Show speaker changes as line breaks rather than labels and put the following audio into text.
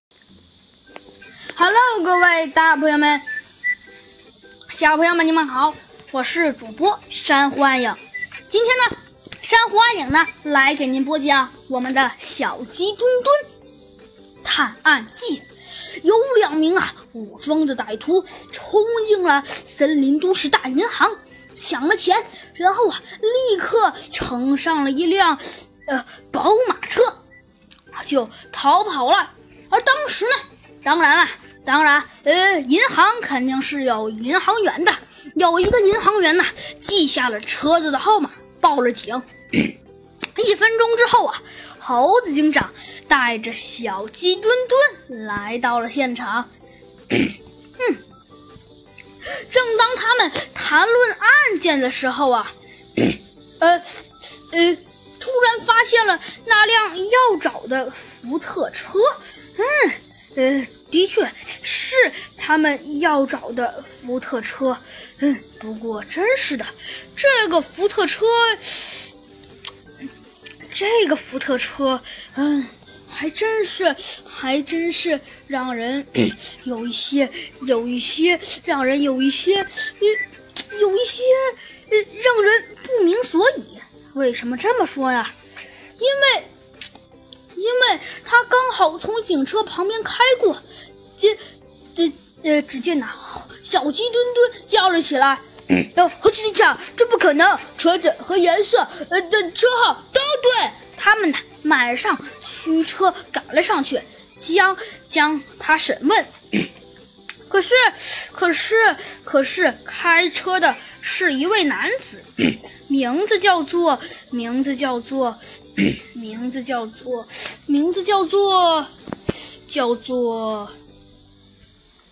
Hello， 各位大朋友们、小朋友们，你们好，我是主播珊瑚暗影。今天呢，珊瑚暗影呢来给您播讲我们的小鸡墩墩探案记。有2名武装的歹徒冲进了森林都市大银行，抢了钱，然后立刻乘上了一辆宝马车就逃跑了。而当时呢，当然，银行肯定是有银行员的。有一个银行员记下了车子的号码，报了警。1分钟之后猴子警长带着小鸡墩墩来到了现场。正当他们谈论案件的时候突然发现了那辆要找的福特车。的确是他们要找的福特车。不过真是的，这个福特车还真是让人有一些让人不明所以。为什么这么说呀？因为他刚好从警车旁边开过，只见小鸡墩墩叫了起来：猴子警长，这不可能，车子和颜色的车号都对。他们马上驱车赶了上去，将他审问。可是开车的是一位男子，名字叫做